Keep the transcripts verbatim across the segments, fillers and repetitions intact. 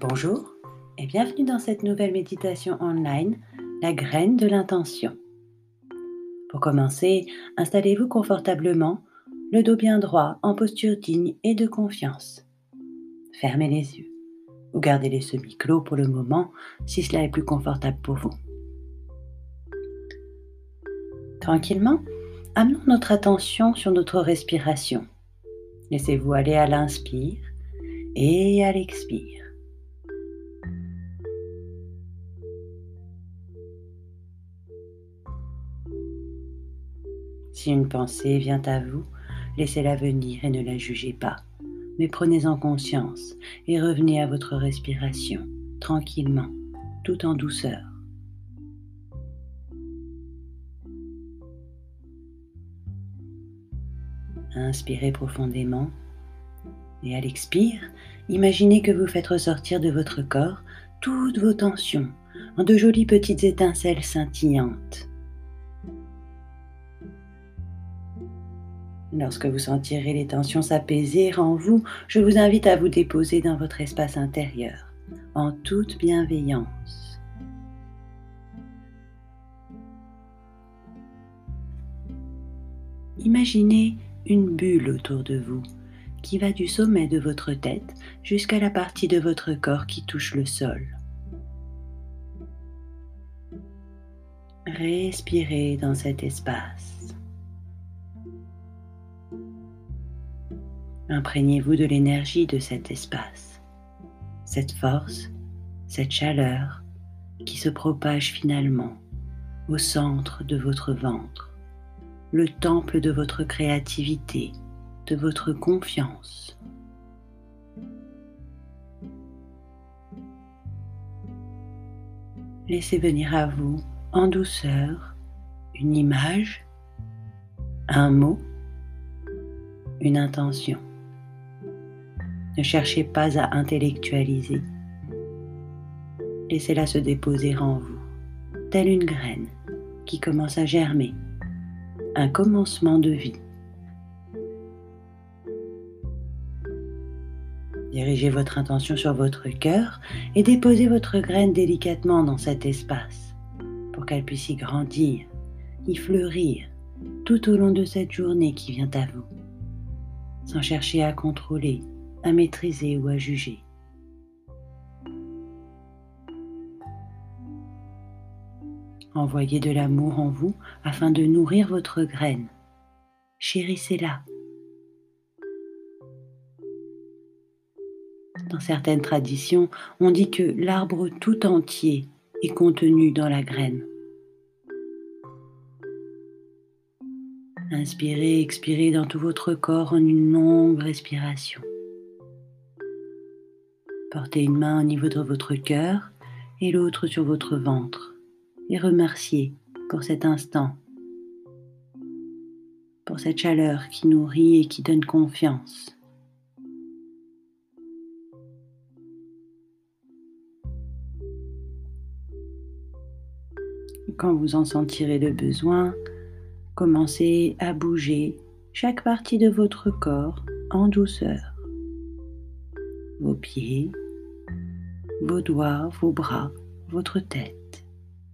Bonjour et bienvenue dans cette nouvelle méditation online, la graine de l'intention. Pour commencer, installez-vous confortablement, le dos bien droit, en posture digne et de confiance. Fermez les yeux ou gardez-les semi-clos pour le moment si cela est plus confortable pour vous. Tranquillement, amenons notre attention sur notre respiration. Laissez-vous aller à l'inspire et à l'expire. Si une pensée vient à vous, laissez-la venir et ne la jugez pas, mais prenez-en conscience et revenez à votre respiration, tranquillement, tout en douceur. Inspirez profondément et à l'expire, imaginez que vous faites ressortir de votre corps toutes vos tensions en de jolies petites étincelles scintillantes. Lorsque vous sentirez les tensions s'apaiser en vous, je vous invite à vous déposer dans votre espace intérieur, en toute bienveillance. Imaginez une bulle autour de vous qui va du sommet de votre tête jusqu'à la partie de votre corps qui touche le sol. Respirez dans cet espace. Imprégnez-vous de l'énergie de cet espace, cette force, cette chaleur qui se propage finalement au centre de votre ventre, le temple de votre créativité, de votre confiance. Laissez venir à vous, en douceur, une image, un mot, une intention. Ne cherchez pas à intellectualiser. Laissez-la se déposer en vous, telle une graine qui commence à germer, un commencement de vie. Dirigez votre intention sur votre cœur et déposez votre graine délicatement dans cet espace pour qu'elle puisse y grandir, y fleurir tout au long de cette journée qui vient à vous, sans chercher à contrôler, à maîtriser ou à juger. Envoyez de l'amour en vous afin de nourrir votre graine. Chérissez-la. Dans certaines traditions, on dit que l'arbre tout entier est contenu dans la graine. Inspirez, expirez dans tout votre corps en une longue respiration. Portez une main au niveau de votre cœur et l'autre sur votre ventre et remerciez pour cet instant, pour cette chaleur qui nourrit et qui donne confiance. Quand vous en sentirez le besoin, commencez à bouger chaque partie de votre corps en douceur. Vos pieds, vos doigts, vos bras, votre tête.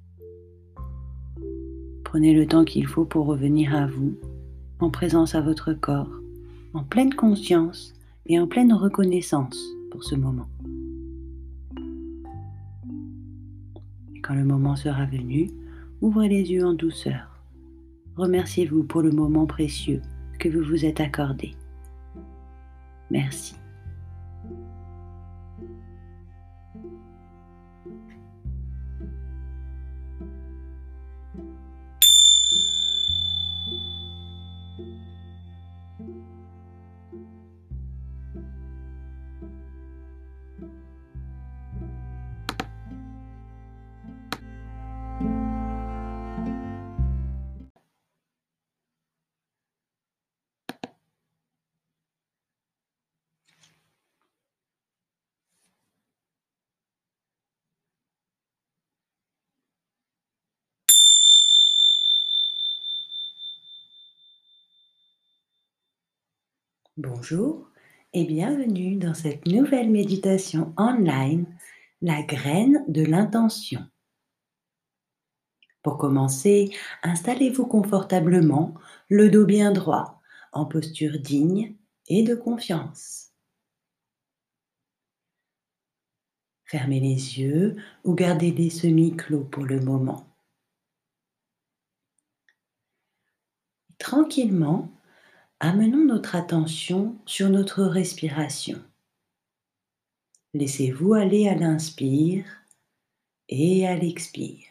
Prenez le temps qu'il faut pour revenir à vous, en présence à votre corps, en pleine conscience et en pleine reconnaissance pour ce moment. Et quand le moment sera venu, ouvrez les yeux en douceur. Remerciez-vous pour le moment précieux que vous vous êtes accordé. Merci. Bonjour et bienvenue dans cette nouvelle méditation online, la graine de l'intention. Pour commencer, installez-vous confortablement, le dos bien droit, en posture digne et de confiance. Fermez les yeux ou gardez-les semi-clos pour le moment. Tranquillement, amenons notre attention sur notre respiration. Laissez-vous aller à l'inspire et à l'expire.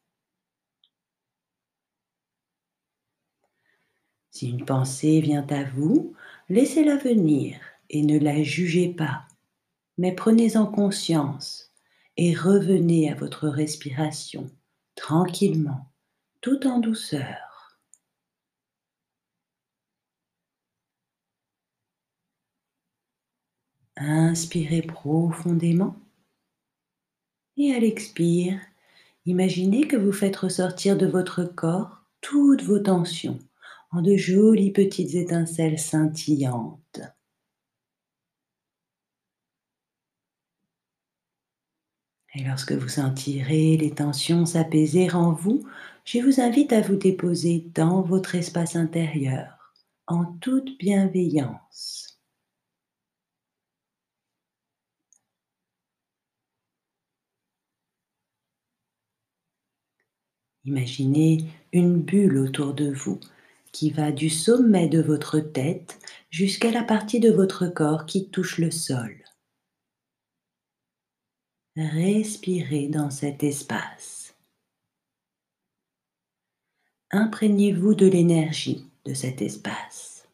Si une pensée vient à vous, laissez-la venir et ne la jugez pas, mais prenez-en conscience et revenez à votre respiration tranquillement, tout en douceur. Inspirez profondément et à l'expire, imaginez que vous faites ressortir de votre corps toutes vos tensions en de jolies petites étincelles scintillantes. Et lorsque vous sentirez les tensions s'apaiser en vous, je vous invite à vous déposer dans votre espace intérieur, en toute bienveillance. Imaginez une bulle autour de vous qui va du sommet de votre tête jusqu'à la partie de votre corps qui touche le sol. Respirez dans cet espace. Imprégnez-vous de l'énergie de cet espace.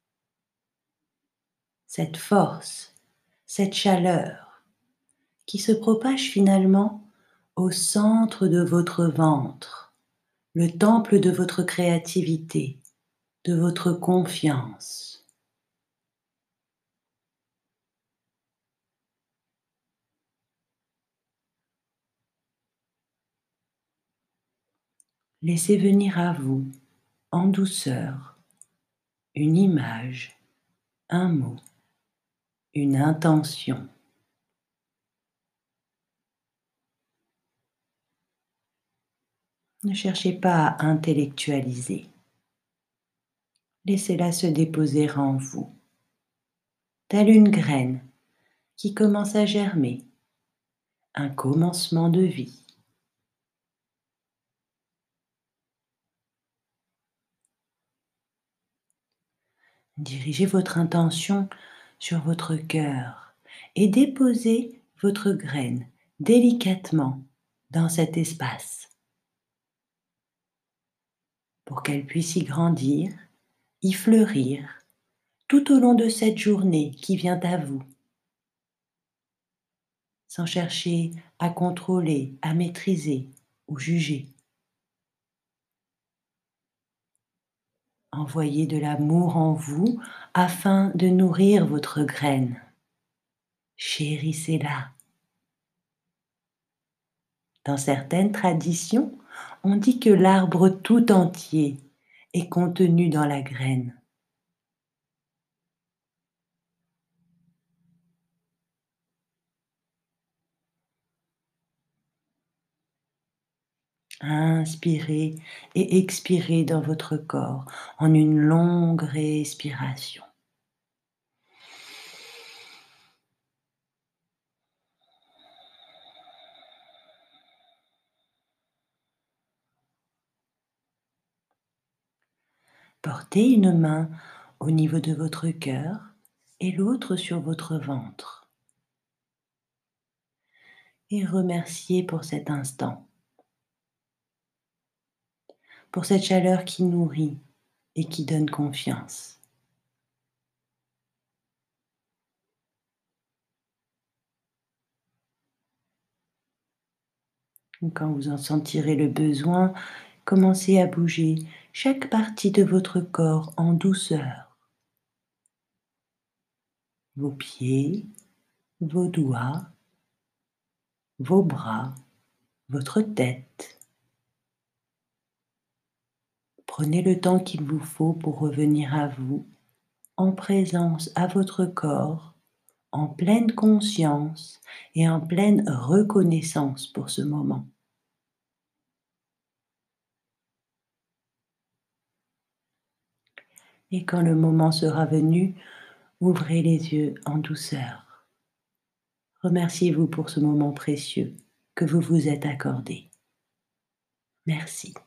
Cette force, cette chaleur qui se propage finalement au centre de votre ventre, le temple de votre créativité, de votre confiance. Laissez venir à vous, en douceur, une image, un mot, une intention. Ne cherchez pas à intellectualiser. Laissez-la se déposer en vous, telle une graine qui commence à germer, un commencement de vie. Dirigez votre intention sur votre cœur et déposez votre graine délicatement dans cet espace pour qu'elle puisse y grandir, y fleurir tout au long de cette journée qui vient à vous, sans chercher à contrôler, à maîtriser ou juger. Envoyez de l'amour en vous afin de nourrir votre graine. Chérissez-la. Dans certaines traditions, on dit que l'arbre tout entier est contenu dans la graine. Inspirez et expirez dans votre corps en une longue respiration. Portez une main au niveau de votre cœur et l'autre sur votre ventre. Et remerciez pour cet instant, pour cette chaleur qui nourrit et qui donne confiance. Quand vous en sentirez le besoin, commencez à bouger chaque partie de votre corps en douceur. Vos pieds, vos doigts, vos bras, votre tête. Prenez le temps qu'il vous faut pour revenir à vous en présence à votre corps, en pleine conscience et en pleine reconnaissance pour ce moment. Et quand le moment sera venu, ouvrez les yeux en douceur. Remerciez-vous pour ce moment précieux que vous vous êtes accordé. Merci.